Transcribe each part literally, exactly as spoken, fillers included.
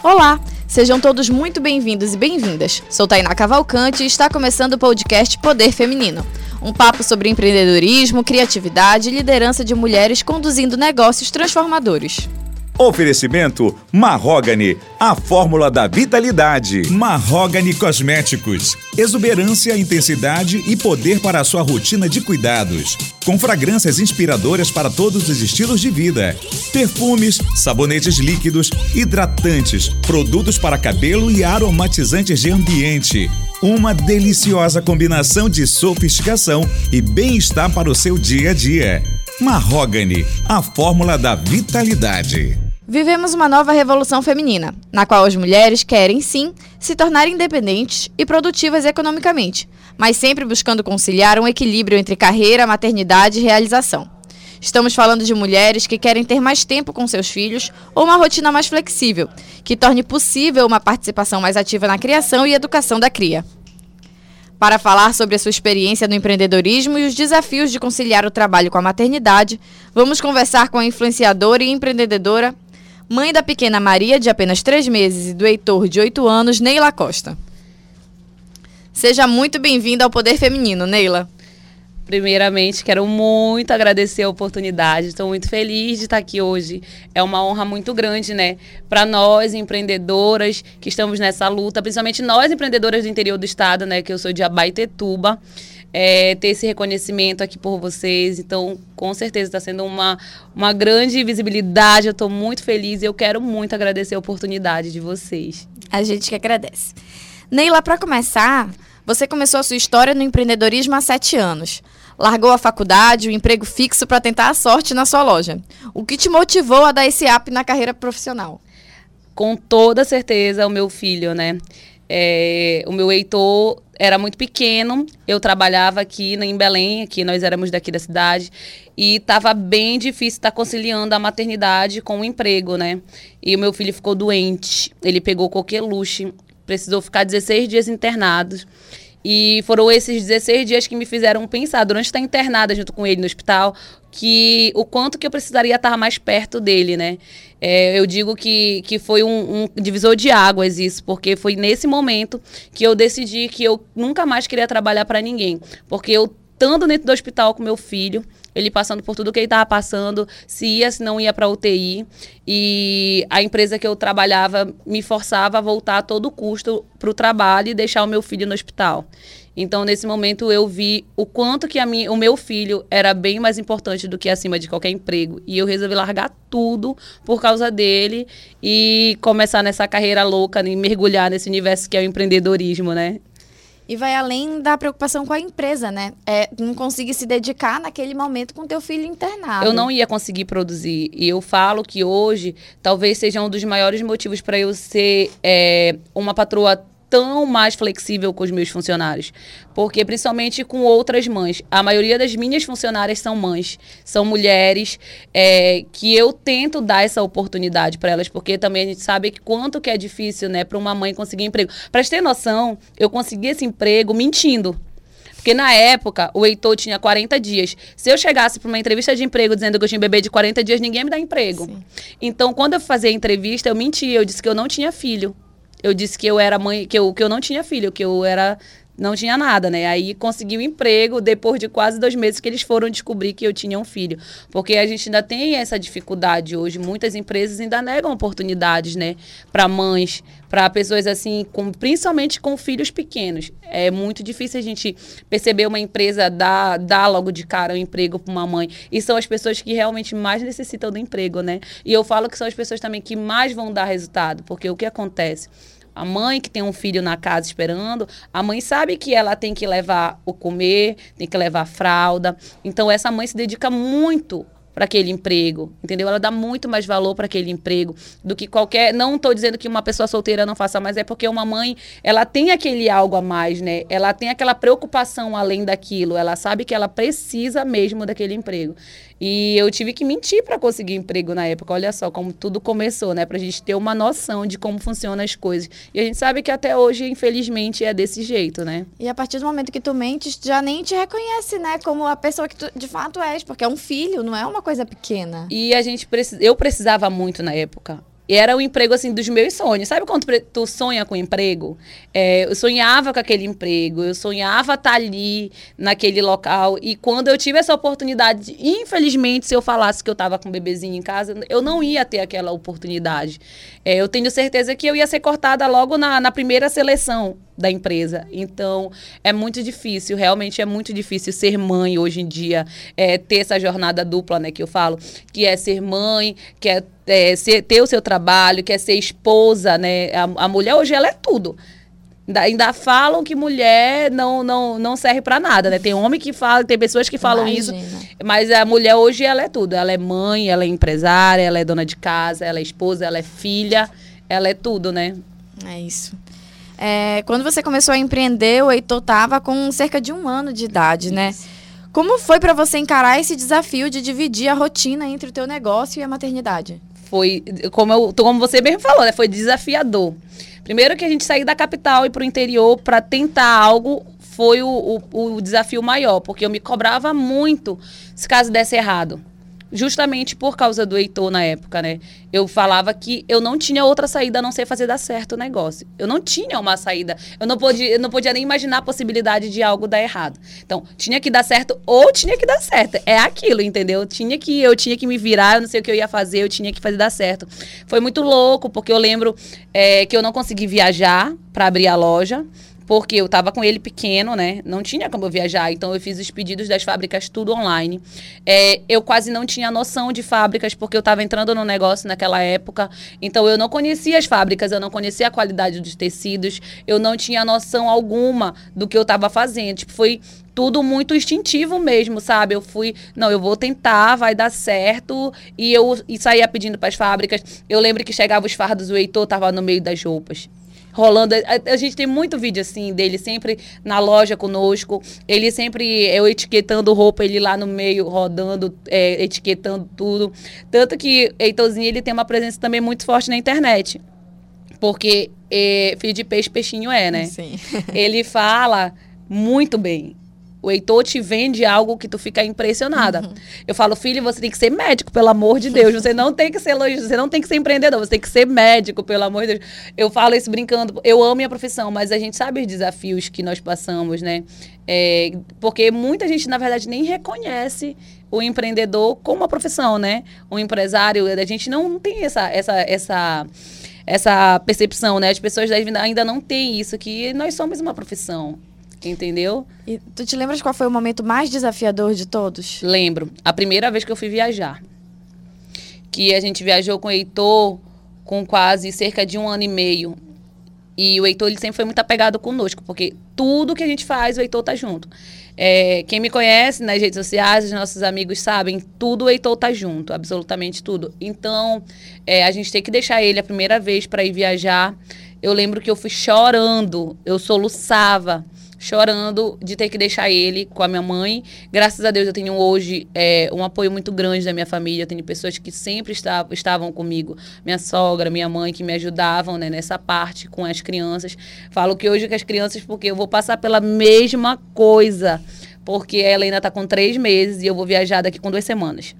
Olá, sejam todos muito bem-vindos e bem-vindas. Sou Tainá Cavalcante e está começando o podcast Poder Feminino. Um papo sobre empreendedorismo, criatividade e liderança de mulheres conduzindo negócios transformadores. Oferecimento Mahogany, a fórmula da vitalidade. Mahogany Cosméticos, exuberância, intensidade e poder para a sua rotina de cuidados. Com fragrâncias inspiradoras para todos os estilos de vida. Perfumes, sabonetes líquidos, hidratantes, produtos para cabelo e aromatizantes de ambiente. Uma deliciosa combinação de sofisticação e bem-estar para o seu dia a dia. Mahogany, a fórmula da vitalidade. Vivemos uma nova revolução feminina, na qual as mulheres querem, sim, se tornar independentes e produtivas economicamente, mas sempre buscando conciliar um equilíbrio entre carreira, maternidade e realização. Estamos falando de mulheres que querem ter mais tempo com seus filhos ou uma rotina mais flexível, que torne possível uma participação mais ativa na criação e educação da cria. Para falar sobre a sua experiência no empreendedorismo e os desafios de conciliar o trabalho com a maternidade, vamos conversar com a influenciadora e empreendedora, mãe da pequena Maria, de apenas três meses, e do Heitor, de oito anos, Neila Costa. Seja muito bem-vinda ao Poder Feminino, Neila. Primeiramente, quero muito agradecer a oportunidade. Estou muito feliz de estar aqui hoje. É uma honra muito grande, né? Para nós, empreendedoras, que estamos nessa luta, principalmente nós, empreendedoras do interior do estado, né? Que eu sou de Abaetetuba, é, ter esse reconhecimento aqui por vocês. Então, com certeza, está sendo uma, uma grande visibilidade. Eu estou muito feliz e eu quero muito agradecer a oportunidade de vocês. A gente que agradece. Neila, para começar, você começou a sua história no empreendedorismo há sete anos. Largou a faculdade, o emprego fixo para tentar a sorte na sua loja. O que te motivou a dar esse up na carreira profissional? Com toda certeza, o meu filho, né? É, o meu Heitor era muito pequeno, eu trabalhava aqui em Belém, aqui nós éramos daqui da cidade, e estava bem difícil estar conciliando a maternidade com o emprego, né? E o meu filho ficou doente, ele pegou coqueluche, precisou ficar dezesseis dias internados. E foram esses dezesseis dias que me fizeram pensar, durante estar internada junto com ele no hospital, que o quanto que eu precisaria estar mais perto dele, né? É, eu digo que, que foi um, um divisor de águas isso, porque foi nesse momento que eu decidi que eu nunca mais queria trabalhar para ninguém. Porque eu, estando dentro do hospital com meu filho, ele passando por tudo que ele estava passando, se ia, se não ia para U T I. E a empresa que eu trabalhava me forçava a voltar a todo custo para o trabalho e deixar o meu filho no hospital. Então, nesse momento, eu vi o quanto que a minha, o meu filho era bem mais importante do que acima de qualquer emprego. E eu resolvi largar tudo por causa dele e começar nessa carreira louca, e mergulhar nesse universo que é o empreendedorismo, né? E vai além da preocupação com a empresa, né? É, não conseguir se dedicar naquele momento com teu filho internado. Eu não ia conseguir produzir. E eu falo que hoje talvez seja um dos maiores motivos para eu ser é, uma patroa tão mais flexível com os meus funcionários. Porque, principalmente com outras mães, a maioria das minhas funcionárias são mães, são mulheres, é, que eu tento dar essa oportunidade para elas, porque também a gente sabe que quanto que é difícil, né, para uma mãe conseguir emprego. Para você ter noção, eu consegui esse emprego mentindo. Porque na época, o Heitor tinha quarenta dias. Se eu chegasse para uma entrevista de emprego dizendo que eu tinha um bebê de quarenta dias, ninguém ia me dá emprego. Sim. Então, quando eu fazia a entrevista, eu mentia, eu disse que eu não tinha filho. Eu disse que eu era mãe, que eu, que eu não tinha filho, que eu era, não tinha nada, né? Aí consegui um emprego depois de quase dois meses que eles foram descobrir que eu tinha um filho. Porque a gente ainda tem essa dificuldade hoje. Muitas empresas ainda negam oportunidades, né? Para mães, para pessoas assim, com, principalmente com filhos pequenos. É muito difícil a gente perceber uma empresa dar, dar logo de cara um emprego para uma mãe. E são as pessoas que realmente mais necessitam do emprego, né? E eu falo que são as pessoas também que mais vão dar resultado. Porque o que acontece? A mãe que tem um filho na casa esperando, a mãe sabe que ela tem que levar o comer, tem que levar a fralda. Então, essa mãe se dedica muito para aquele emprego, entendeu? Ela dá muito mais valor para aquele emprego do que qualquer... Não estou dizendo que uma pessoa solteira não faça, mas é porque uma mãe, ela tem aquele algo a mais, né? Ela tem aquela preocupação além daquilo. Ela sabe que ela precisa mesmo daquele emprego. E eu tive que mentir para conseguir emprego na época. Olha só como tudo começou, né? Pra gente ter uma noção de como funcionam as coisas. E a gente sabe que até hoje, infelizmente, é desse jeito, né? E a partir do momento que tu mentes, já nem te reconhece, né? Como a pessoa que tu de fato és. Porque é um filho, não é uma coisa pequena. E a gente... Eu precisava muito na época. E era o emprego, assim, dos meus sonhos. Sabe quando tu sonha com emprego? É, eu sonhava com aquele emprego, eu sonhava estar ali, naquele local. E quando eu tive essa oportunidade, infelizmente, se eu falasse que eu estava com um bebezinho em casa, eu não ia ter aquela oportunidade. É, eu tenho certeza que eu ia ser cortada logo na, na primeira seleção da empresa. Então, é muito difícil, realmente é muito difícil ser mãe hoje em dia, é, ter essa jornada dupla, né, que eu falo, que é ser mãe, que é, é ser, ter o seu trabalho, que é ser esposa, né, a, a mulher hoje, ela é tudo. Ainda, ainda falam que mulher não, não, não serve para nada, né, tem homem que fala, tem pessoas que falam Imagina. isso, mas a mulher hoje, ela é tudo, ela é mãe, ela é empresária, ela é dona de casa, ela é esposa, ela é filha, ela é tudo, né. É isso. É, quando você começou a empreender, o Heitor estava com cerca de um ano de idade, né? Isso. Como foi para você encarar esse desafio de dividir a rotina entre o teu negócio e a maternidade? Foi, como, eu, como você mesmo falou, né? Foi desafiador. Primeiro que a gente sair da capital e para o interior para tentar algo foi o, o, o desafio maior, porque eu me cobrava muito se caso desse errado. Justamente por causa do Heitor na época, né? Eu falava que eu não tinha outra saída a não ser fazer dar certo o negócio. Eu não tinha uma saída. Eu não podia, eu não podia nem imaginar a possibilidade de algo dar errado. Então, tinha que dar certo ou tinha que dar certo. É aquilo, entendeu? Tinha que, eu tinha que me virar, eu não sei o que eu ia fazer, eu tinha que fazer dar certo. Foi muito louco, porque eu lembro é, que eu não consegui viajar para abrir a loja. Porque eu estava com ele pequeno, né? Não tinha como eu viajar. Então, eu fiz os pedidos das fábricas tudo online. É, eu quase não tinha noção de fábricas, porque eu estava entrando no negócio naquela época. Então, eu não conhecia as fábricas, eu não conhecia a qualidade dos tecidos. Eu não tinha noção alguma do que eu estava fazendo. Tipo, foi tudo muito instintivo mesmo, sabe? Eu fui, não, eu vou tentar, vai dar certo. E eu e saía pedindo para as fábricas. Eu lembro que chegava os fardos, o Heitor estava no meio das roupas. Rolando, a, a gente tem muito vídeo assim dele sempre na loja conosco, ele sempre eu etiquetando roupa, ele lá no meio rodando, é, etiquetando tudo, tanto que Heitorzinho, ele tem uma presença também muito forte na internet, porque é, filho de peixe, peixinho é, né? Sim. Ele fala muito bem. O Heitor te vende algo que tu fica impressionada. Uhum. Eu falo, filho, você tem que ser médico, pelo amor de Deus. Você não tem que ser lojista, você não tem que ser empreendedor, você tem que ser médico, pelo amor de Deus. Eu falo isso brincando. Eu amo minha profissão, mas a gente sabe os desafios que nós passamos, né? É, porque muita gente, na verdade, nem reconhece o empreendedor como uma profissão, né? O empresário, a gente não, não tem essa, essa, essa, essa percepção, né? As pessoas ainda não têm isso, que nós somos uma profissão. Entendeu? E tu te lembras qual foi o momento mais desafiador de todos? Lembro. A primeira vez que eu fui viajar. Que a gente viajou com o Heitor com quase cerca de um ano e meio. E o Heitor, ele sempre foi muito apegado conosco, porque tudo que a gente faz, o Heitor tá junto. É, quem me conhece nas redes sociais, os nossos amigos sabem, tudo o Heitor tá junto, absolutamente tudo. Então, é, a gente tem que deixar ele a primeira vez para ir viajar. Eu lembro que eu fui chorando, eu soluçava, chorando de ter que deixar ele com a minha mãe. Graças a Deus eu tenho hoje é, um apoio muito grande da minha família. Eu tenho pessoas que sempre estavam, estavam comigo. Minha sogra, minha mãe, que me ajudavam, né, nessa parte com as crianças. Falo que hoje com as crianças porque eu vou passar pela mesma coisa. Porque a Helena está com três meses e eu vou viajar daqui com duas semanas.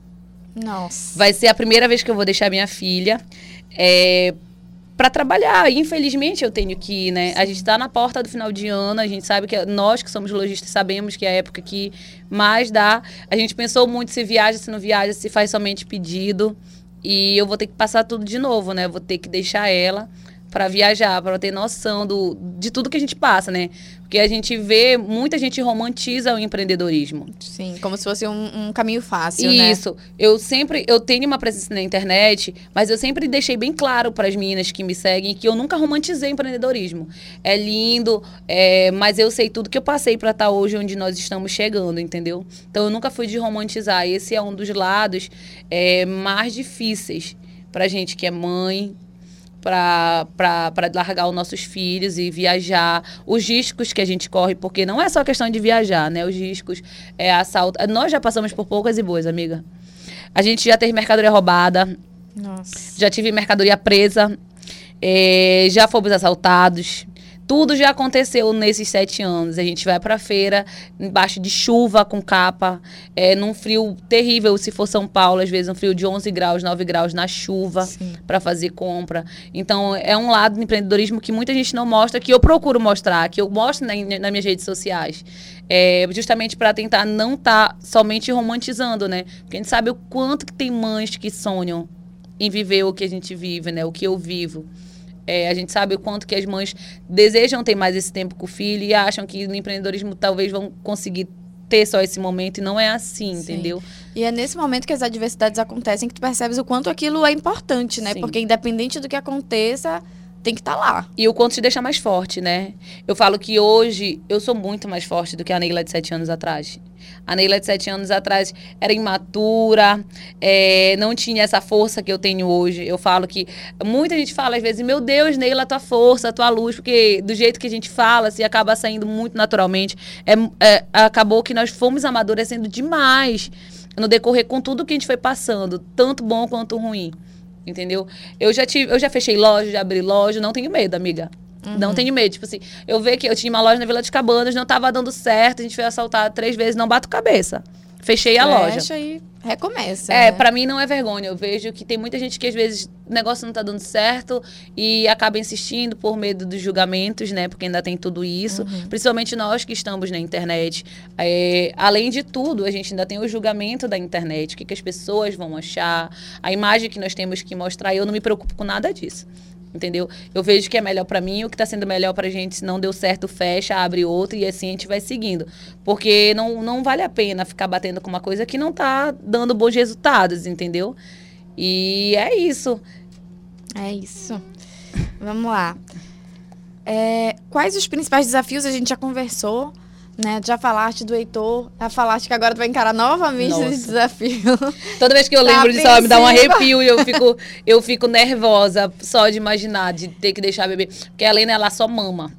Nossa. Vai ser a primeira vez que eu vou deixar minha filha é, para trabalhar. Infelizmente eu tenho que ir, né? A gente está na porta do final de ano, a gente sabe que nós que somos lojistas sabemos que é a época que mais dá. A gente pensou muito se viaja, se não viaja, se faz somente pedido. E eu vou ter que passar tudo de novo, né? Eu vou ter que deixar ela para viajar, para ter noção do, de tudo que a gente passa, né? Porque a gente vê, muita gente romantiza o empreendedorismo. Sim, como se fosse um, um caminho fácil, né? Isso. Eu sempre, eu tenho uma presença na internet, mas eu sempre deixei bem claro para as meninas que me seguem que eu nunca romantizei empreendedorismo. É lindo, é, mas eu sei tudo que eu passei para estar hoje onde nós estamos chegando, entendeu? Então eu nunca fui de romantizar. Esse é um dos lados é, mais difíceis para a gente que é mãe, para largar os nossos filhos e viajar, os riscos que a gente corre, porque não é só questão de viajar, né? Os riscos, é assalto. Nós já passamos por poucas e boas, amiga. A gente já teve mercadoria roubada. Nossa. Já tive mercadoria presa. É, já fomos assaltados. Tudo já aconteceu nesses sete anos. A gente vai pra feira, embaixo de chuva, com capa, é, num frio terrível, se for São Paulo, às vezes um frio de onze graus, nove graus na chuva, para fazer compra. Então, é um lado do empreendedorismo que muita gente não mostra, que eu procuro mostrar, que eu mostro na, nas minhas redes sociais. É, justamente para tentar não estar tá somente romantizando, né? Porque a gente sabe o quanto que tem mães que sonham em viver o que a gente vive, né? O que eu vivo. É, a gente sabe o quanto que as mães desejam ter mais esse tempo com o filho e acham que no empreendedorismo talvez vão conseguir ter só esse momento e não é assim, Sim. entendeu? E é nesse momento que as adversidades acontecem que tu percebes o quanto aquilo é importante, né? Sim. Porque independente do que aconteça, tem que estar tá lá. E o quanto te deixa mais forte, né? Eu falo que hoje eu sou muito mais forte do que a Neila de sete anos atrás. A Neila de sete anos atrás era imatura, é, não tinha essa força que eu tenho hoje. Eu falo que muita gente fala às vezes, meu Deus, Neila, tua força, tua luz, porque do jeito que a gente fala, assim, acaba saindo muito naturalmente. É, é, acabou que nós fomos amadurecendo demais no decorrer com tudo que a gente foi passando, tanto bom quanto ruim. Entendeu? Eu já tive, eu já fechei loja, já abri loja, não tenho medo, amiga. Uhum. Não tenho medo. Tipo assim, eu vejo que eu tinha uma loja na Vila de Cabanas, não tava dando certo, a gente foi assaltado três vezes, não bato cabeça. Fechei a Fecha loja. Fecha e recomeça. É, né? Pra mim não é vergonha. Eu vejo que tem muita gente que às vezes o negócio não tá dando certo e acaba insistindo por medo dos julgamentos, né? Porque ainda tem tudo isso. Uhum. Principalmente nós que estamos na internet. É, além de tudo, a gente ainda tem o julgamento da internet. O que, que as pessoas vão achar, a imagem que nós temos que mostrar. E eu não me preocupo com nada disso. Entendeu? Eu vejo que é melhor pra mim, o que tá sendo melhor pra gente, se não deu certo, fecha, abre outro e assim a gente vai seguindo. Porque não, não vale a pena ficar batendo com uma coisa que não tá dando bons resultados, entendeu? E é isso. É isso. Vamos lá. É, quais os principais desafios? A gente já conversou, né? Já falaste do Heitor, já falaste que agora tu vai encarar novamente Nossa. esse desafio. Toda vez que eu Tá lembro disso, ela me dá um apreensiva. arrepio e eu fico, eu fico nervosa só de imaginar, de ter que deixar beber. Porque a Helena, ela só mama.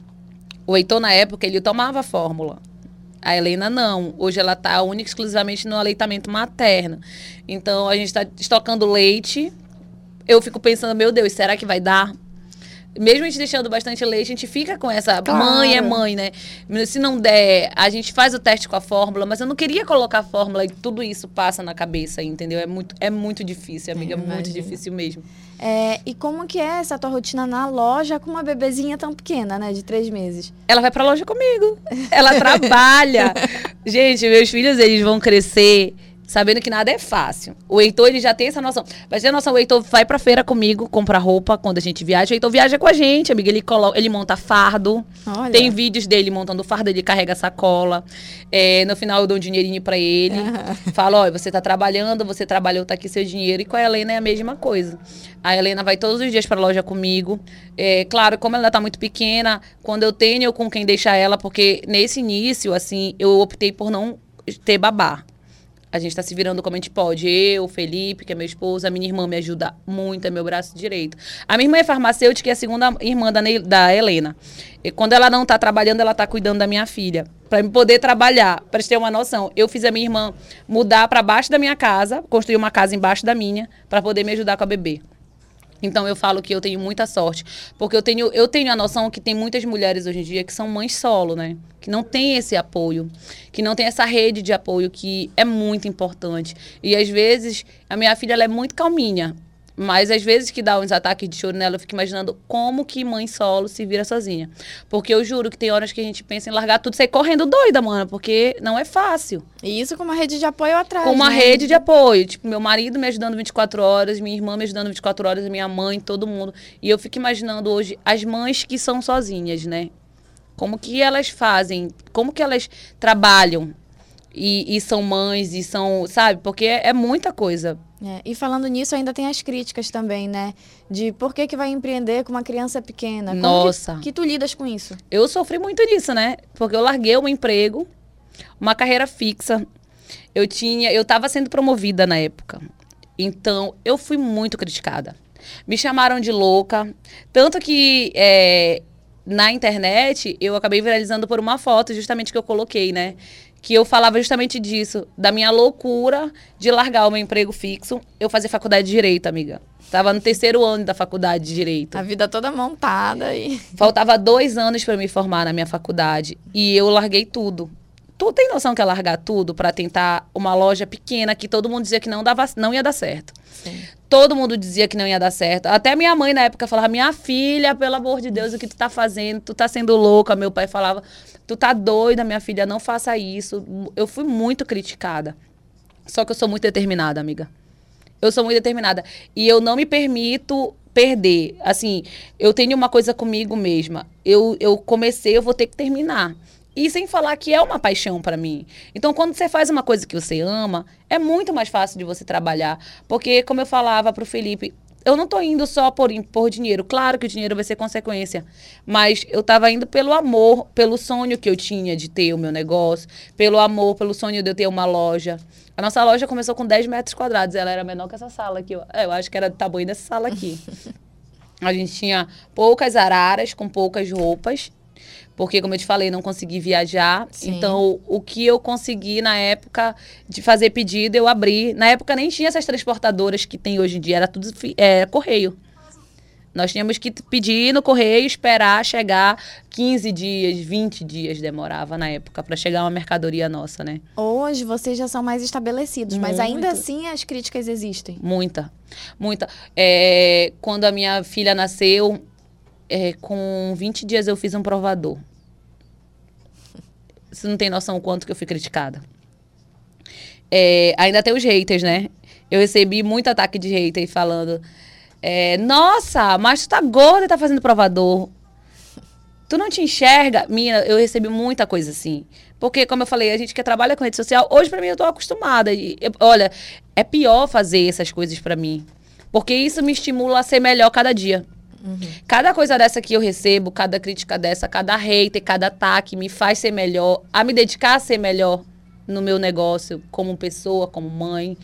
O Heitor, na época, ele tomava fórmula. A Helena, não. Hoje ela tá única e exclusivamente no aleitamento materno. Então, a gente tá estocando leite. Eu fico pensando, meu Deus, será que vai dar? Mesmo a gente deixando bastante leite, a gente fica com essa... Claro. Mãe é mãe, né? Se não der, a gente faz o teste com a fórmula, mas eu não queria colocar a fórmula e tudo isso passa na cabeça, entendeu? É muito, é muito difícil, amiga, é muito difícil mesmo. É, e como que é essa tua rotina na loja com uma bebezinha tão pequena, né? De três meses? Ela vai pra loja comigo. Ela trabalha. Gente, meus filhos, eles vão crescer sabendo que nada é fácil. O Heitor, ele já tem essa noção. Vai ter a noção, o Heitor vai pra feira comigo, comprar roupa quando a gente viaja. O Heitor viaja com a gente, amiga. Ele, coloca, ele monta fardo. Olha. Tem vídeos dele montando fardo, ele carrega sacola. É, no final eu dou um dinheirinho pra ele. Uhum. Falo, ó, você tá trabalhando, você trabalhou, tá aqui seu dinheiro. E com a Helena é a mesma coisa. A Helena vai todos os dias pra loja comigo. É, claro, como ela tá muito pequena, quando eu tenho eu com quem deixar ela, porque nesse início, assim, eu optei por não ter babá. A gente tá se virando como a gente pode. Eu, o Felipe, que é meu esposo, a minha irmã me ajuda muito, é meu braço direito. A minha irmã é farmacêutica e é a segunda irmã da, ne da Helena. E quando ela não tá trabalhando, ela tá cuidando da minha filha. Pra eu poder trabalhar, pra gente ter uma noção. Eu fiz a minha irmã mudar pra baixo da minha casa, construir uma casa embaixo da minha, pra poder me ajudar com a bebê. Então, eu falo que eu tenho muita sorte. Porque eu tenho, eu tenho a noção que tem muitas mulheres hoje em dia que são mães solo, né? Que não tem esse apoio. Que não tem essa rede de apoio que é muito importante. E, às vezes, a minha filha ela é muito calminha. Mas, às vezes, que dá uns ataques de choro nela, eu fico imaginando como que mãe solo se vira sozinha. Porque eu juro que tem horas que a gente pensa em largar tudo e sair correndo doida, mano. Porque não é fácil. E isso com uma rede de apoio atrás, Com uma né? rede de apoio. Tipo, meu marido me ajudando vinte e quatro horas, minha irmã me ajudando vinte e quatro horas, minha mãe, todo mundo. E eu fico imaginando hoje as mães que são sozinhas, né? Como que elas fazem, como que elas trabalham e, e são mães e são, sabe? Porque é, é muita coisa. É, e falando nisso, ainda tem as críticas também, né? De por que que vai empreender com uma criança pequena. Como Nossa. Que, que tu lidas com isso? Eu sofri muito nisso, né? Porque eu larguei um emprego, uma carreira fixa. Eu tinha, eu estava sendo promovida na época. Então, eu fui muito criticada. Me chamaram de louca. Tanto que é, na internet, eu acabei viralizando por uma foto, justamente que eu coloquei, né? que eu falava justamente disso, da minha loucura de largar o meu emprego fixo. Eu fazia faculdade de Direito, amiga. Estava no terceiro ano da faculdade de Direito. A vida toda montada. E... Faltava dois anos para me formar na minha faculdade. E eu larguei tudo. Tu tem noção que é largar tudo para tentar uma loja pequena que todo mundo dizia que não, dava, não ia dar certo? Sim. Todo mundo dizia que não ia dar certo. Até minha mãe, na época, falava, minha filha, pelo amor de Deus, o que tu tá fazendo? Tu tá sendo louca. Meu pai falava, tu tá doida, minha filha, não faça isso. Eu fui muito criticada. Só que eu sou muito determinada, amiga. Eu sou muito determinada. E eu não me permito perder. Assim, eu tenho uma coisa comigo mesma. Eu, eu comecei, eu vou ter que terminar. E sem falar que é uma paixão pra mim. Então, quando você faz uma coisa que você ama, é muito mais fácil de você trabalhar. Porque, como eu falava pro Felipe, eu não tô indo só por, por dinheiro. Claro que o dinheiro vai ser consequência. Mas eu tava indo pelo amor, pelo sonho que eu tinha de ter o meu negócio. Pelo amor, pelo sonho de eu ter uma loja. A nossa loja começou com dez metros quadrados. Ela era menor que essa sala aqui. É, eu acho que era do tamanho dessa sala aqui. A gente tinha poucas araras com poucas roupas. Porque, como eu te falei, não consegui viajar. Sim. Então, o que eu consegui na época de fazer pedido, eu abri. Na época nem tinha essas transportadoras que tem hoje em dia, era tudo é, correio. Nós tínhamos que pedir no correio, esperar chegar quinze dias, vinte dias demorava na época para chegar uma mercadoria nossa, né? Hoje vocês já são mais estabelecidos, Muito. Mas ainda assim as críticas existem. Muita, muita. É, quando a minha filha nasceu... É, com vinte dias eu fiz um provador. Você não tem noção o quanto que eu fui criticada. É, ainda tem os haters, né? Eu recebi muito ataque de haters falando é, nossa, mas tu tá gorda e tá fazendo provador. Tu não te enxerga? Minha, eu recebi muita coisa assim. Porque, como eu falei, a gente que trabalha com rede social, hoje pra mim eu tô acostumada. E, eu, olha, é pior fazer essas coisas pra mim. Porque isso me estimula a ser melhor cada dia. Uhum. Cada coisa dessa que eu recebo, cada crítica dessa, cada hater, cada ataque me faz ser melhor, a me dedicar a ser melhor no meu negócio, como pessoa, como mãe.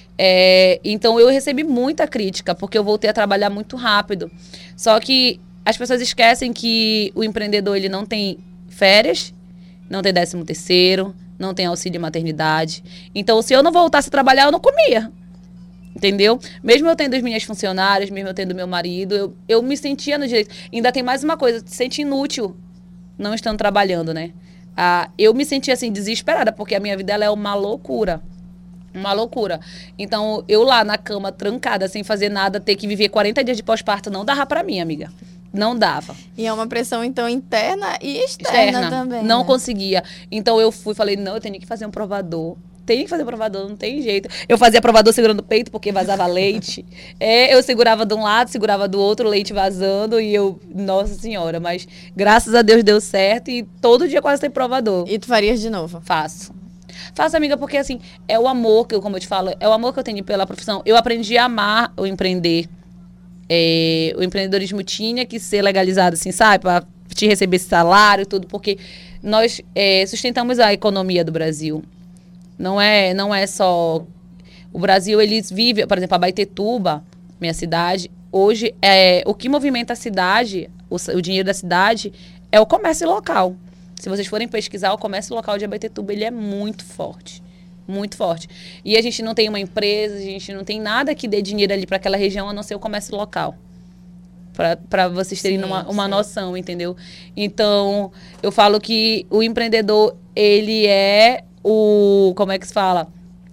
É, então, eu recebi muita crítica, porque eu voltei a trabalhar muito rápido. Só que as pessoas esquecem que o empreendedor ele não tem férias, não tem décimo terceiro, não tem auxílio maternidade. Então, se eu não voltasse a trabalhar, eu não comia. Entendeu? Mesmo eu tendo as minhas funcionárias, mesmo eu tendo meu marido, eu, eu me sentia no direito. Ainda tem mais uma coisa, te sente inútil não estando trabalhando, né? Ah, eu me sentia, assim, desesperada, porque a minha vida ela é uma loucura. Uma loucura. Então, eu lá na cama, trancada, sem fazer nada, ter que viver quarenta dias de pós-parto, não dava pra mim, amiga. Não dava. E é uma pressão, então, interna e externa, externa também. Não né? conseguia. Então, eu fui falei, não, eu tenho que fazer um provador. Tem que fazer provador, não tem jeito. Eu fazia provador segurando o peito porque vazava leite. É, eu segurava de um lado, segurava do outro, leite vazando e eu... Nossa Senhora, mas graças a Deus deu certo e todo dia quase tem provador. E tu farias de novo? Faço. Faço, amiga, porque assim, é o amor que eu, como eu te falo, é o amor que eu tenho pela profissão. Eu aprendi a amar o empreender. É, o empreendedorismo tinha que ser legalizado, assim, sabe? Pra te receber esse salário e tudo, porque nós é, sustentamos a economia do Brasil. Não é, não é só... O Brasil, eles vivem... Por exemplo, a Baitetuba, minha cidade, hoje, é, o que movimenta a cidade, o, o dinheiro da cidade, é o comércio local. Se vocês forem pesquisar, o comércio local de Abaetetuba, ele é muito forte. Muito forte. E a gente não tem uma empresa, a gente não tem nada que dê dinheiro ali para aquela região, a não ser o comércio local. Para vocês terem sim, uma, uma noção, entendeu? Então, eu falo que o empreendedor, ele é... O, como é que se fala?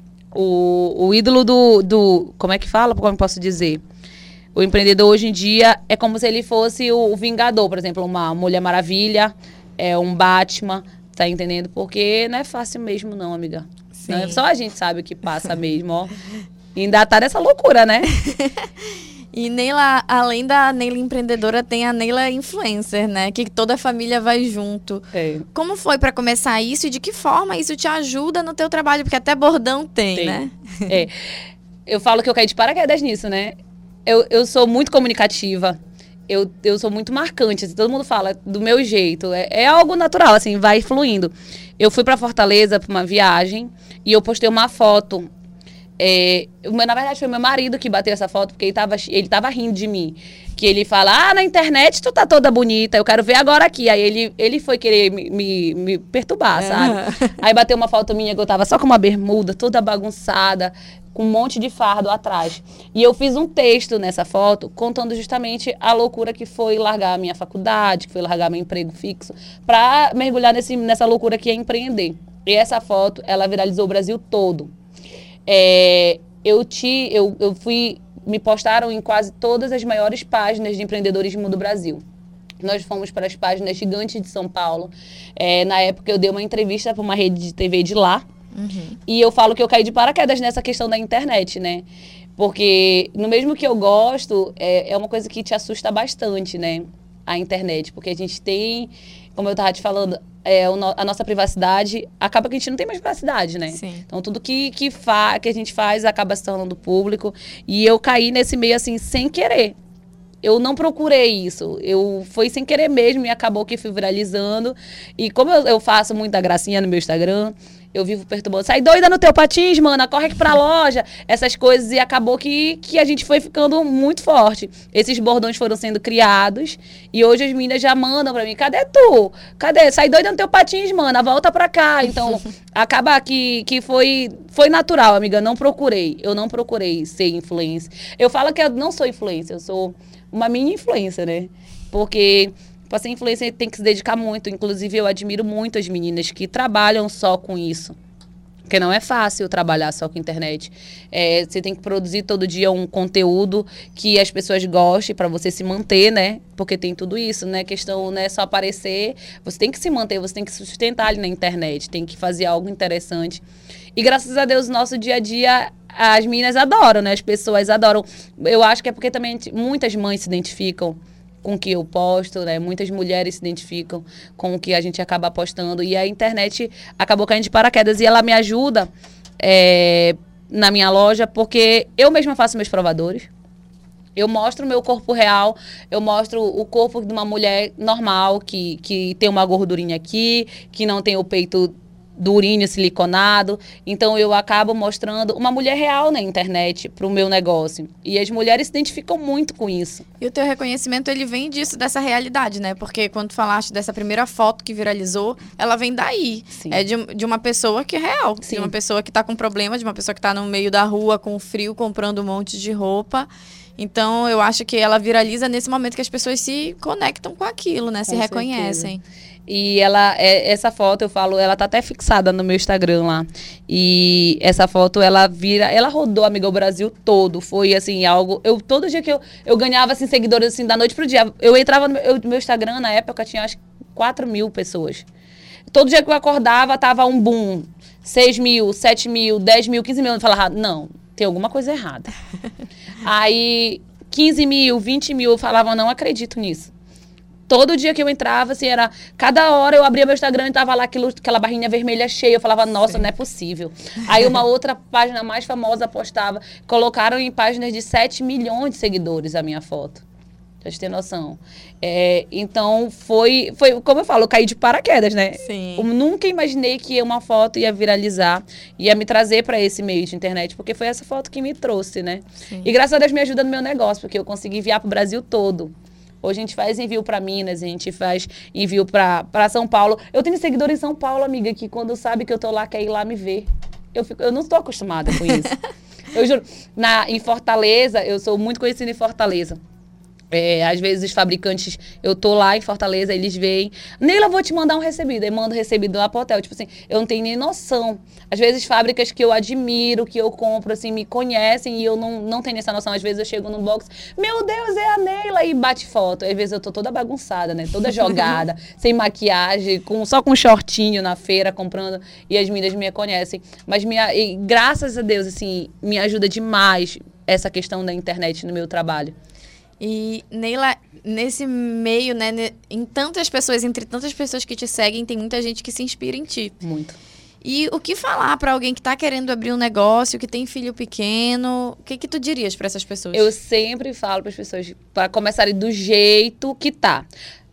O, o ídolo do, do... Como é que fala? Como eu posso dizer? O empreendedor hoje em dia é como se ele fosse o, o Vingador, por exemplo, uma Mulher Maravilha, é, um Batman, tá entendendo? Porque não é fácil mesmo não, amiga. Não é, só a gente sabe o que passa mesmo, ó. E ainda tá nessa loucura, né? E Neila, além da Neila empreendedora, tem a Neila influencer, né? Que toda a família vai junto. É. Como foi para começar isso e de que forma isso te ajuda no teu trabalho? Porque até bordão tem, tem. né? É. Eu falo que eu caí de paraquedas nisso, né? Eu, eu sou muito comunicativa. Eu, eu sou muito marcante. Assim, todo mundo fala do meu jeito. É, é algo natural, assim, vai fluindo. Eu fui para Fortaleza para uma viagem e eu postei uma foto É, na verdade, foi meu marido que bateu essa foto, porque ele tava, ele tava rindo de mim. Que ele fala, ah, na internet tu tá toda bonita, eu quero ver agora aqui. Aí ele, ele foi querer me, me, me perturbar, sabe? Aí bateu uma foto minha que eu tava só com uma bermuda, toda bagunçada, com um monte de fardo atrás. E eu fiz um texto nessa foto, contando justamente a loucura que foi largar a minha faculdade, que foi largar meu emprego fixo, pra mergulhar nesse, nessa loucura que é empreender. E essa foto, ela viralizou o Brasil todo. É, eu, te, eu, eu fui... me postaram em quase todas as maiores páginas de empreendedorismo do Brasil. Nós fomos para as páginas gigantes de São Paulo. É, na época, eu dei uma entrevista para uma rede de T V de lá. Uhum. E eu falo que eu caí de paraquedas nessa questão da internet, né? Porque, no mesmo que eu gosto, é, é uma coisa que te assusta bastante, né? A internet. Porque a gente tem, como eu estava te falando, é, a nossa privacidade, acaba que a gente não tem mais privacidade, né? Sim. Então, tudo que, que, fa, que a gente faz acaba se tornando público. E eu caí nesse meio, assim, sem querer. Eu não procurei isso. Eu foi sem querer mesmo e acabou que fui viralizando. E como eu, eu faço muita gracinha no meu Instagram, eu vivo perturbando. Sai doida no teu patins, mana, corre aqui pra loja. Essas coisas. E acabou que, que a gente foi ficando muito forte. Esses bordões foram sendo criados. E hoje as meninas já mandam pra mim. Cadê tu? Cadê? Sai doida no teu patins, mana. Volta pra cá. Então, acaba que, que foi, foi natural, amiga. Não procurei. Eu não procurei ser influencer. Eu falo que eu não sou influencer. Eu sou uma mini influencer, né? Porque... para ser influencer tem que se dedicar muito. Inclusive, eu admiro muito as meninas que trabalham só com isso. Porque não é fácil trabalhar só com internet. É, você tem que produzir todo dia um conteúdo que as pessoas gostem para você se manter, né? Porque tem tudo isso, né? A questão não é só aparecer. Você tem que se manter, você tem que se sustentar ali na internet. Tem que fazer algo interessante. E graças a Deus, nosso dia a dia... as meninas adoram, né? As pessoas adoram. Eu acho que é porque também muitas mães se identificam com o que eu posto, né? Muitas mulheres se identificam com o que a gente acaba postando. E a internet acabou caindo de paraquedas. E ela me ajuda é, na minha loja, porque eu mesma faço meus provadores. Eu mostro o meu corpo real, eu mostro o corpo de uma mulher normal, que, que tem uma gordurinha aqui, que não tem o peito durinho, siliconado. Então, eu acabo mostrando uma mulher real na internet para o meu negócio. E as mulheres se identificam muito com isso. E o teu reconhecimento, ele vem disso, dessa realidade, né? Porque quando tu falaste dessa primeira foto que viralizou, ela vem daí. Sim. É de, de uma pessoa que é real. Sim. De uma pessoa que está com problema, de uma pessoa que está no meio da rua, com frio, comprando um monte de roupa. Então, eu acho que ela viraliza nesse momento que as pessoas se conectam com aquilo, né? Com se reconhecem. Certeza. E ela, é, essa foto, eu falo, ela tá até fixada no meu Instagram lá. E essa foto, ela vira, ela rodou, amiga, o Brasil todo. Foi, assim, algo... Eu, todo dia que eu, eu ganhava, assim, seguidores, assim, da noite pro dia. Eu entrava no meu, meu Instagram, na época, tinha, acho que, quatro mil pessoas. Todo dia que eu acordava, tava um boom. seis mil, sete mil, dez mil, quinze mil. Eu falava, não, tem alguma coisa errada. Aí, quinze mil, vinte mil, eu falava, não acredito nisso. Todo dia que eu entrava, assim, era... Cada hora eu abria meu Instagram e tava lá aquilo, aquela barrinha vermelha cheia. Eu falava, nossa, Sim. não é possível. Aí uma outra página mais famosa postava. Colocaram em páginas de sete milhões de seguidores a minha foto. Pra gente ter noção. É, então, foi, foi... Como eu falo, eu caí de paraquedas, né? Sim. Eu nunca imaginei que uma foto ia viralizar. Ia me trazer pra esse meio de internet. Porque foi essa foto que me trouxe, né? Sim. E graças a Deus me ajuda no meu negócio. Porque eu consegui enviar pro Brasil todo. Hoje a gente faz envio para Minas, a gente faz envio para São Paulo. Eu tenho seguidor em São Paulo, amiga, que quando sabe que eu tô lá, quer ir lá me ver. Eu, fico, eu não estou acostumada com isso. Eu juro, na, em Fortaleza, eu sou muito conhecida em Fortaleza. É, às vezes os fabricantes, eu tô lá em Fortaleza, eles veem, Neila, vou te mandar um recebido. Aí mando recebido lá pro hotel. Tipo assim, eu não tenho nem noção. Às vezes fábricas que eu admiro, que eu compro, assim, me conhecem e eu não, não tenho essa noção. Às vezes eu chego no box, meu Deus, é a Neila, e bate foto. Às vezes eu tô toda bagunçada, né? Toda jogada, sem maquiagem, com, só com um shortinho na feira, comprando, e as meninas me conhecem. Mas minha, e, graças a Deus, assim, me ajuda demais essa questão da internet no meu trabalho. E, Neila, nesse meio, né, em tantas pessoas, entre tantas pessoas que te seguem, tem muita gente que se inspira em ti. Muito. E o que falar para alguém que está querendo abrir um negócio, que tem filho pequeno? O que que tu dirias para essas pessoas? Eu sempre falo para as pessoas para começarem do jeito que tá.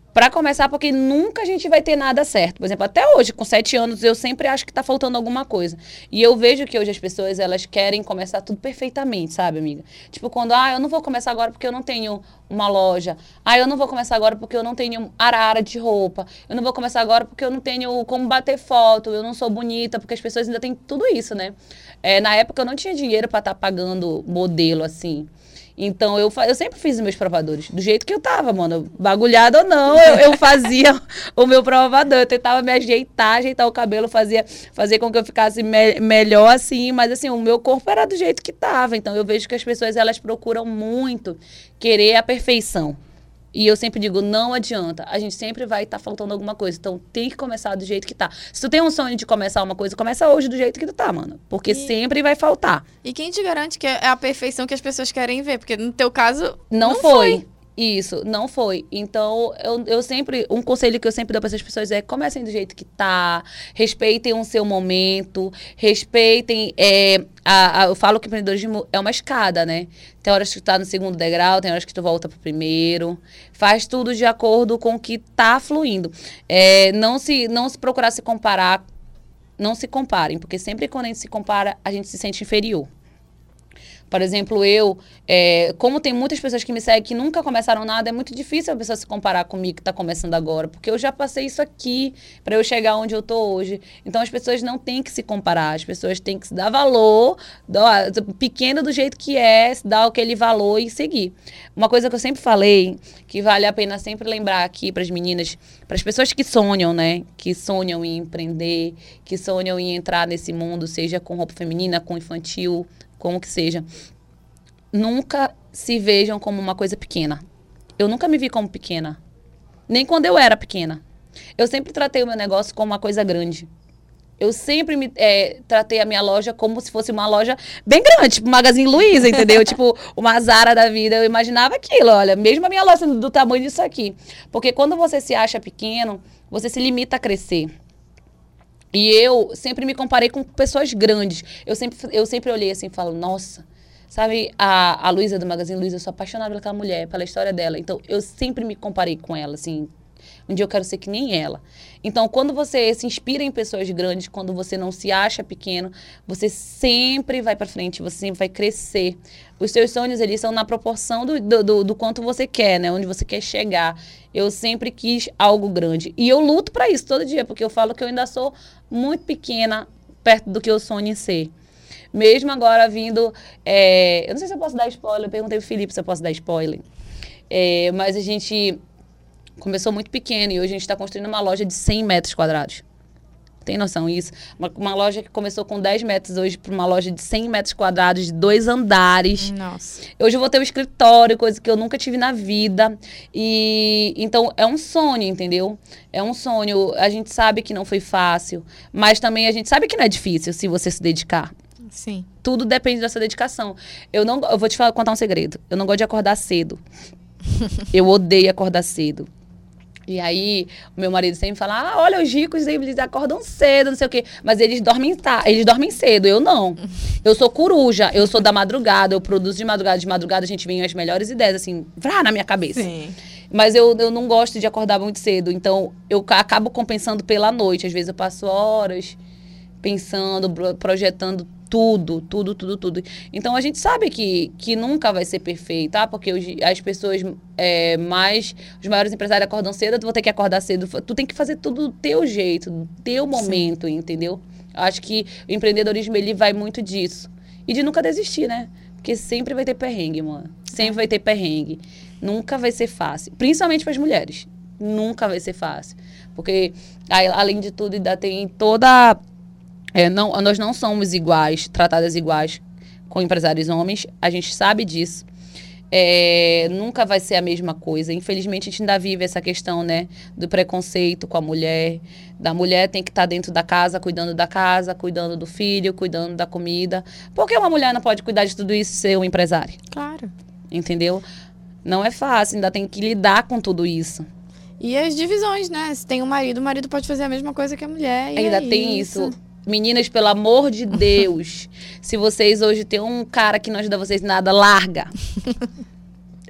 Pra começar, porque nunca a gente vai ter nada certo. Por exemplo, até hoje, com sete anos, eu sempre acho que tá faltando alguma coisa. E eu vejo que hoje as pessoas, elas querem começar tudo perfeitamente, sabe, amiga? Tipo, quando, ah, eu não vou começar agora porque eu não tenho uma loja. Ah, eu não vou começar agora porque eu não tenho arara de roupa. Eu não vou começar agora porque eu não tenho como bater foto. Eu não sou bonita, porque as pessoas ainda têm tudo isso, né? É, na época, eu não tinha dinheiro pra estar pagando modelo, assim. Então, eu, eu sempre fiz os meus provadores, do jeito que eu tava, mano. Bagulhado ou não, eu, eu fazia o meu provador. Eu tentava me ajeitar, ajeitar o cabelo, fazia, fazia com que eu ficasse me, melhor assim. Mas, assim, o meu corpo era do jeito que tava. Então, eu vejo que as pessoas, elas procuram muito querer a perfeição. E eu sempre digo, não adianta. A gente sempre vai estar tá faltando alguma coisa. Então, tem que começar do jeito que tá. Se tu tem um sonho de começar uma coisa, começa hoje do jeito que tu tá, mano. Porque e... sempre vai faltar. E quem te garante que é a perfeição que as pessoas querem ver? Porque no teu caso, não, não foi. foi. Isso, não foi. Então, eu, eu sempre... Um conselho que eu sempre dou para essas pessoas é comecem do jeito que tá, respeitem o seu momento, respeitem... É, a, a, eu falo que empreendedorismo é uma escada, né? Tem horas que tu tá no segundo degrau, tem horas que tu volta pro primeiro. Faz tudo de acordo com o que tá fluindo. É, não, se, não se procurar se comparar, não se comparem, porque sempre quando a gente se compara, a gente se sente inferior. Por exemplo, eu, é, como tem muitas pessoas que me seguem que nunca começaram nada, é muito difícil a pessoa se comparar comigo que está começando agora, porque eu já passei isso aqui para eu chegar onde eu tô hoje. Então, as pessoas não têm que se comparar, as pessoas têm que se dar valor, dar, pequeno do jeito que é, dar aquele valor e seguir. Uma coisa que eu sempre falei, que vale a pena sempre lembrar aqui para as meninas, para as pessoas que sonham, né, que sonham em empreender, que sonham em entrar nesse mundo, seja com roupa feminina, com infantil, como que seja, nunca se vejam como uma coisa pequena. Eu nunca me vi como pequena. Nem quando eu era pequena. Eu sempre tratei o meu negócio como uma coisa grande. Eu sempre me, é, tratei a minha loja como se fosse uma loja bem grande, tipo Magazine Luiza, entendeu? Tipo, uma Zara da vida. Eu imaginava aquilo, olha, mesmo a minha loja sendo do tamanho disso aqui. Porque quando você se acha pequeno, você se limita a crescer. E eu sempre me comparei com pessoas grandes. Eu sempre, eu sempre olhei assim e falo, nossa, sabe, a, a Luísa do Magazine Luiza, eu sou apaixonada pelaquela mulher, pela história dela. Então, eu sempre me comparei com ela, assim, um dia eu quero ser que nem ela. Então, quando você se inspira em pessoas grandes, quando você não se acha pequeno, você sempre vai para frente, você sempre vai crescer. Os seus sonhos, eles são na proporção do, do, do, do quanto você quer, né? Onde você quer chegar. Eu sempre quis algo grande. E eu luto para isso todo dia, porque eu falo que eu ainda sou muito pequena perto do que eu sonho em ser. Mesmo agora vindo... É, eu não sei se eu posso dar spoiler, eu perguntei pro Felipe se eu posso dar spoiler. É, mas a gente... começou muito pequeno e hoje a gente está construindo uma loja de cem metros quadrados. Tem noção disso? Uma, uma loja que começou com dez metros hoje para uma loja de cem metros quadrados, de dois andares. Nossa. Hoje eu vou ter um escritório, coisa que eu nunca tive na vida. E então é um sonho, entendeu? É um sonho. A gente sabe que não foi fácil, mas também a gente sabe que não é difícil se você se dedicar. Sim. Tudo depende dessa dedicação. Eu, não, eu vou te falar, contar um segredo. Eu não gosto de acordar cedo. Eu odeio acordar cedo. E aí, o meu marido sempre fala, ah, olha, os ricos, eles acordam cedo, não sei o quê. Mas eles dormem, tá, eles dormem cedo, eu não. Eu sou coruja, eu sou da madrugada, eu produzo de madrugada. De madrugada a gente vem as melhores ideias, assim, vrá, na minha cabeça. Sim. Mas eu, eu não gosto de acordar muito cedo, então eu acabo compensando pela noite. Às vezes eu passo horas pensando, projetando tudo, tudo, tudo, tudo. Então, a gente sabe que, que nunca vai ser perfeito, tá? Porque os, as pessoas é, mais... Os maiores empresários acordam cedo, tu vai ter que acordar cedo. Tu tem que fazer tudo do teu jeito, do teu momento, sim, entendeu? Acho que o empreendedorismo, ele vai muito disso. E de nunca desistir, né? Porque sempre vai ter perrengue, mano. Sempre é. vai ter perrengue. Nunca vai ser fácil. Principalmente para as mulheres. Nunca vai ser fácil. Porque, além de tudo, ainda tem toda... É, não, nós não somos iguais, tratadas iguais com empresários homens, a gente sabe disso. É, nunca vai ser a mesma coisa. Infelizmente, a gente ainda vive essa questão, né, do preconceito com a mulher. Da mulher tem que estar dentro da casa, cuidando da casa, cuidando do filho, cuidando da comida. Por que uma mulher não pode cuidar de tudo isso e ser um empresário? Claro. Entendeu? Não é fácil, ainda tem que lidar com tudo isso. E as divisões, né? Se tem um marido, o marido pode fazer a mesma coisa que a mulher. E ainda é tem isso. isso. Meninas, pelo amor de Deus, se vocês hoje têm um cara que não ajuda vocês em nada, larga.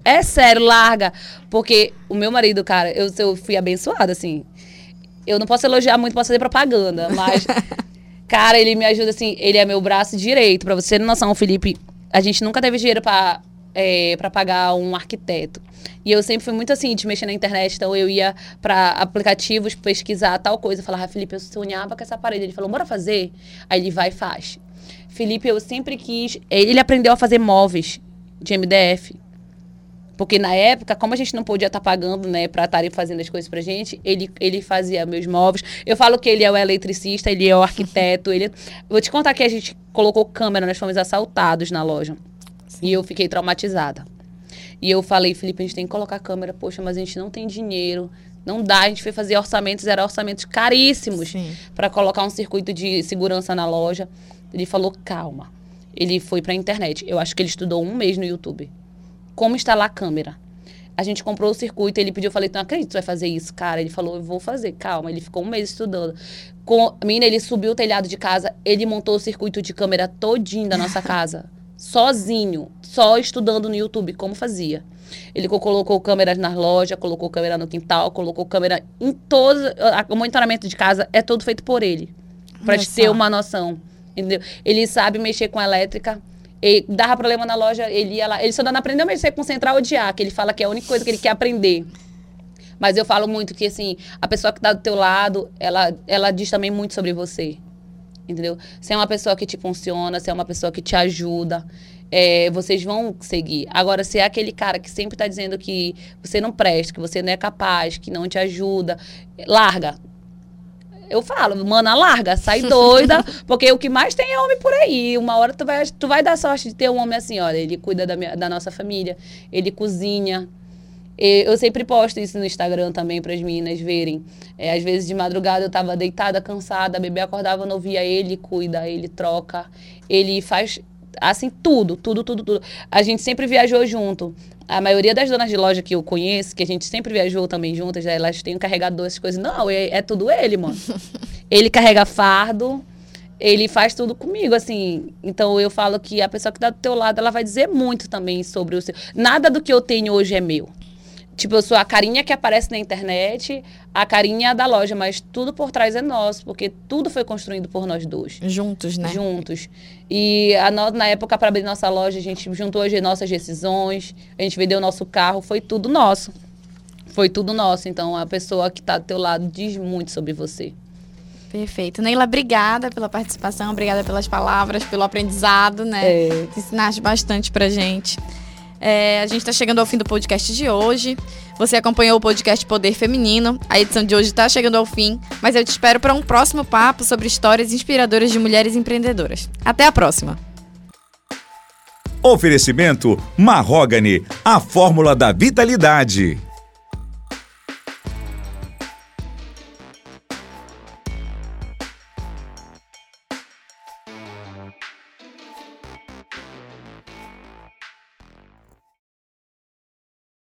É sério, larga. Porque o meu marido, cara, eu, eu fui abençoada, assim. Eu não posso elogiar muito, posso fazer propaganda, mas... cara, ele me ajuda, assim, ele é meu braço direito. Pra você ter noção, Felipe, a gente nunca teve dinheiro pra, é, pra pagar um arquiteto. E eu sempre fui muito assim, de mexer na internet, então eu ia pra aplicativos pesquisar tal coisa. Eu falava, ah, Felipe, eu sonhava com essa parede. Ele falou, bora fazer? Aí ele vai e faz. Felipe, eu sempre quis... Ele aprendeu a fazer móveis de M D F. Porque na época, como a gente não podia estar pagando, né, pra estarem fazendo as coisas pra gente, ele, ele fazia meus móveis. Eu falo que ele é o eletricista, ele é o arquiteto. ele... Vou te contar que a gente colocou câmera, nós fomos assaltados na loja. Sim. E eu fiquei traumatizada. E eu falei, Felipe, a gente tem que colocar câmera. Poxa, mas a gente não tem dinheiro. Não dá. A gente foi fazer orçamentos, eram orçamentos caríssimos para colocar um circuito de segurança na loja. Ele falou, calma. Ele foi pra internet. Eu acho que ele estudou um mês no YouTube. Como instalar a câmera. A gente comprou o circuito, ele pediu, eu falei, não acredito que você vai fazer isso, cara. Ele falou, eu vou fazer, calma. Ele ficou um mês estudando. Com, menina, ele subiu o telhado de casa, ele montou o circuito de câmera todinho da nossa casa. Sozinho, só estudando no YouTube como fazia. Ele colocou câmeras na loja, colocou câmera no quintal, colocou câmera em todos... O monitoramento de casa é todo feito por ele. Pra te ter uma noção. Entendeu? Ele sabe mexer com a elétrica. Ele dava problema na loja, ele ia lá. Ele só não aprendeu a mexer com central de ar, que ele fala que é a única coisa que ele quer aprender. Mas eu falo muito que, assim, a pessoa que tá do teu lado, ela, ela diz também muito sobre você. Entendeu? Se é uma pessoa que te funciona, se é uma pessoa que te ajuda, é, vocês vão seguir. Agora, se é aquele cara que sempre tá dizendo que você não presta, que você não é capaz, que não te ajuda, larga. Eu falo, mana, larga, sai doida, porque o que mais tem é homem por aí. Uma hora tu vai, tu vai dar sorte de ter um homem assim, olha, ele cuida da, minha, da nossa família, ele cozinha. Eu sempre posto isso no Instagram também para as meninas verem. É, às vezes de madrugada eu tava deitada, cansada, a bebê acordava, eu não via ele, cuida, ele troca, ele faz, assim, tudo, tudo, tudo, tudo. A gente sempre viajou junto. A maioria das donas de loja que eu conheço, que a gente sempre viajou também juntas, elas têm um carregador, essas coisas. Não, é, é tudo ele, mano. Ele carrega fardo, ele faz tudo comigo, assim. Então eu falo que a pessoa que tá do teu lado, ela vai dizer muito também sobre o seu... Nada do que eu tenho hoje é meu. Tipo, eu sou a carinha que aparece na internet, a carinha da loja, mas tudo por trás é nosso, porque tudo foi construído por nós dois. Juntos, né? Juntos. E a no, na época, para abrir nossa loja, a gente juntou as nossas decisões, a gente vendeu o nosso carro, foi tudo nosso. Foi tudo nosso. Então, a pessoa que está do teu lado diz muito sobre você. Perfeito. Neila, obrigada pela participação, obrigada pelas palavras, pelo aprendizado, né? É. Ensinaste bastante pra gente. É, a gente está chegando ao fim do podcast de hoje. Você acompanhou o podcast Poder Feminino. A edição de hoje está chegando ao fim, mas eu te espero para um próximo papo sobre histórias inspiradoras de mulheres empreendedoras. Até a próxima! Oferecimento Mahogany, a fórmula da vitalidade.